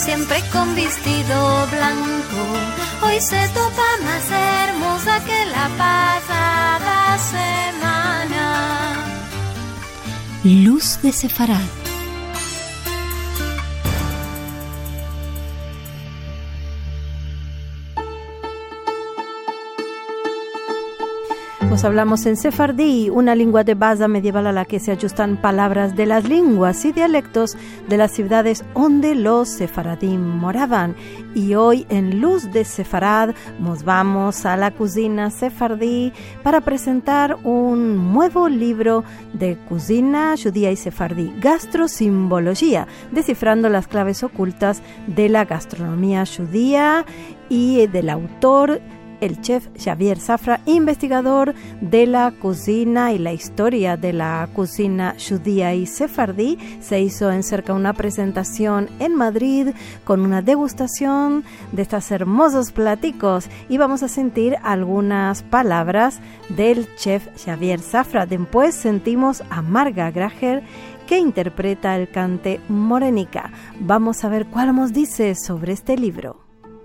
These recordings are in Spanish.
siempre con vestido blanco. Hoy se topa más hermosa que la pasada semana. Luz de Sefarad. Pues hablamos en sefardí, una lengua de base medieval a la que se ajustan palabras de las lenguas y dialectos de las ciudades donde los sefaradim moraban. Y hoy en Luz de Sefarad nos vamos a la cocina sefardí para presentar un nuevo libro de cocina judía y sefardí, Gastrosimbología, descifrando las claves ocultas de la gastronomía judía, y del autor, el chef Xavier Safra, investigador de la cocina y la historia de la cocina judía y sefardí. Se hizo en cerca una presentación en Madrid con una degustación de estos hermosos platicos y vamos a sentir algunas palabras del chef Xavier Safra. Después sentimos a Marga Grajer, que interpreta el cante Morenica. Vamos a ver cuál nos dice sobre este libro.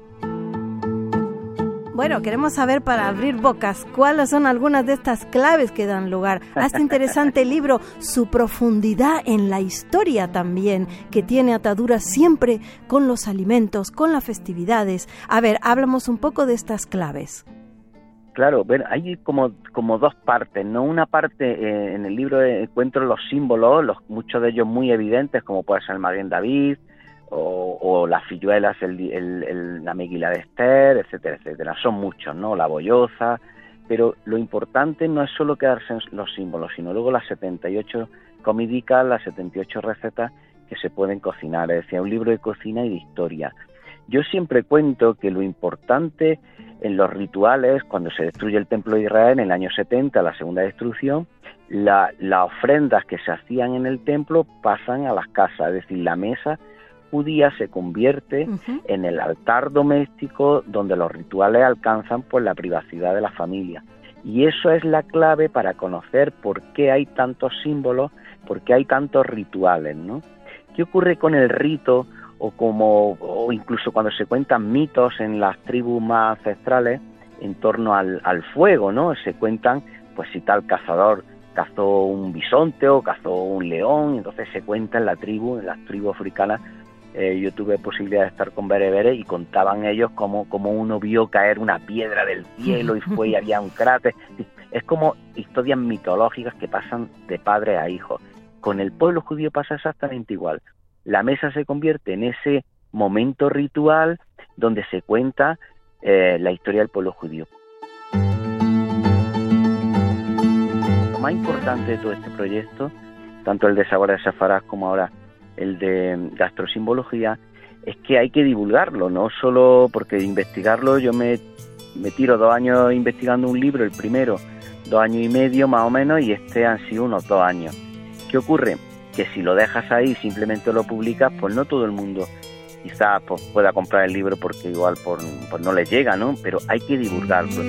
Bueno, queremos saber, para abrir bocas, cuáles son algunas de estas claves que dan lugar a este interesante libro, su profundidad en la historia también, que tiene ataduras siempre con los alimentos, con las festividades. A ver, háblamos un poco de estas claves. Claro, bueno, hay como dos partes, ¿no? Una parte en el libro encuentro los símbolos, muchos de ellos muy evidentes, como puede ser el Maguen David, o las filluelas, la Meguila de Esther, etcétera, etcétera. Son muchos, ¿no? La bolloza, pero lo importante no es solo quedarse en los símbolos, sino luego las 78 comidicas, las 78 recetas que se pueden cocinar. Es decir, un libro de cocina y de historia. Yo siempre cuento que lo importante en los rituales, cuando se destruye el Templo de Israel en el año 70, la segunda destrucción, las ofrendas que se hacían en el templo pasan a las casas, es decir, la mesa judía se convierte en el altar doméstico donde los rituales alcanzan pues la privacidad de la familia. Y eso es la clave para conocer por qué hay tantos símbolos, por qué hay tantos rituales, ¿no? ¿Qué ocurre con el rito o incluso cuando se cuentan mitos en las tribus más ancestrales en torno al fuego, ¿no? Se cuentan, pues si tal cazador cazó un bisonte o cazó un león, entonces se cuenta en las tribus africanas. Yo tuve posibilidad de estar con bereberes y contaban ellos cómo uno vio caer una piedra del cielo y fue y había un cráter. Es como historias mitológicas que pasan de padre a hijo. Con el pueblo judío pasa exactamente igual. La mesa se convierte en ese momento ritual donde se cuenta la historia del pueblo judío. Lo más importante de todo este proyecto, tanto el de Sabor de Sefarad como ahora el de Gastrosimbología, es que hay que divulgarlo, no solo porque investigarlo, yo me tiro 2 años investigando un libro, el primero 2 años y medio más o menos, y han sido unos 2 años. ¿Qué ocurre? Que si lo dejas ahí, simplemente lo publicas, pues no todo el mundo quizás pues, pueda comprar el libro porque igual por no les llega, ¿no? Pero hay que divulgarlo.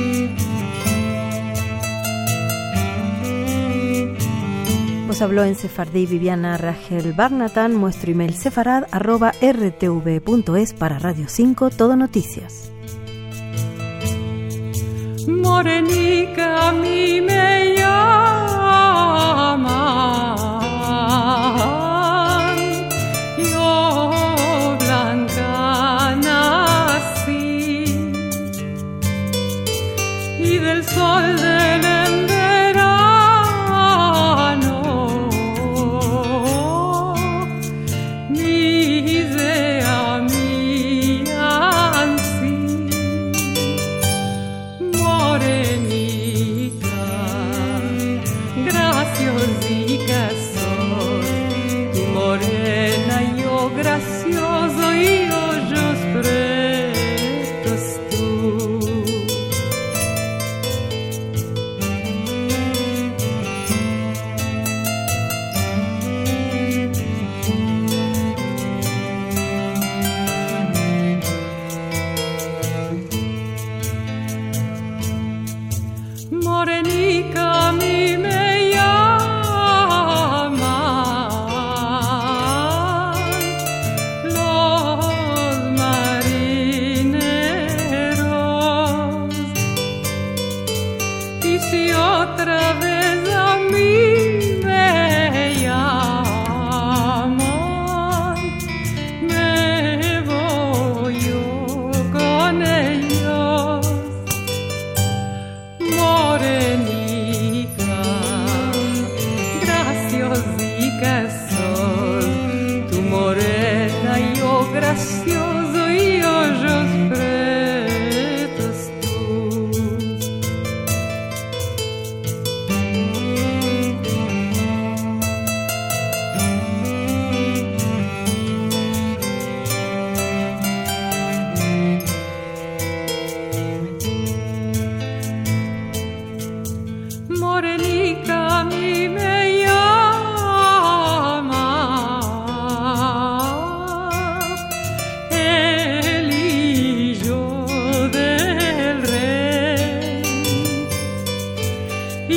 Pues habló en sefardí Viviana Rachel Barnatan. Nuestro email sefarad@rtv.es. Para Radio 5 Todo Noticias. Morenica a mí me llaman, yo blanca nací y del sol del gracioso y ojos pretos tú.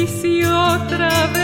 y si otra vez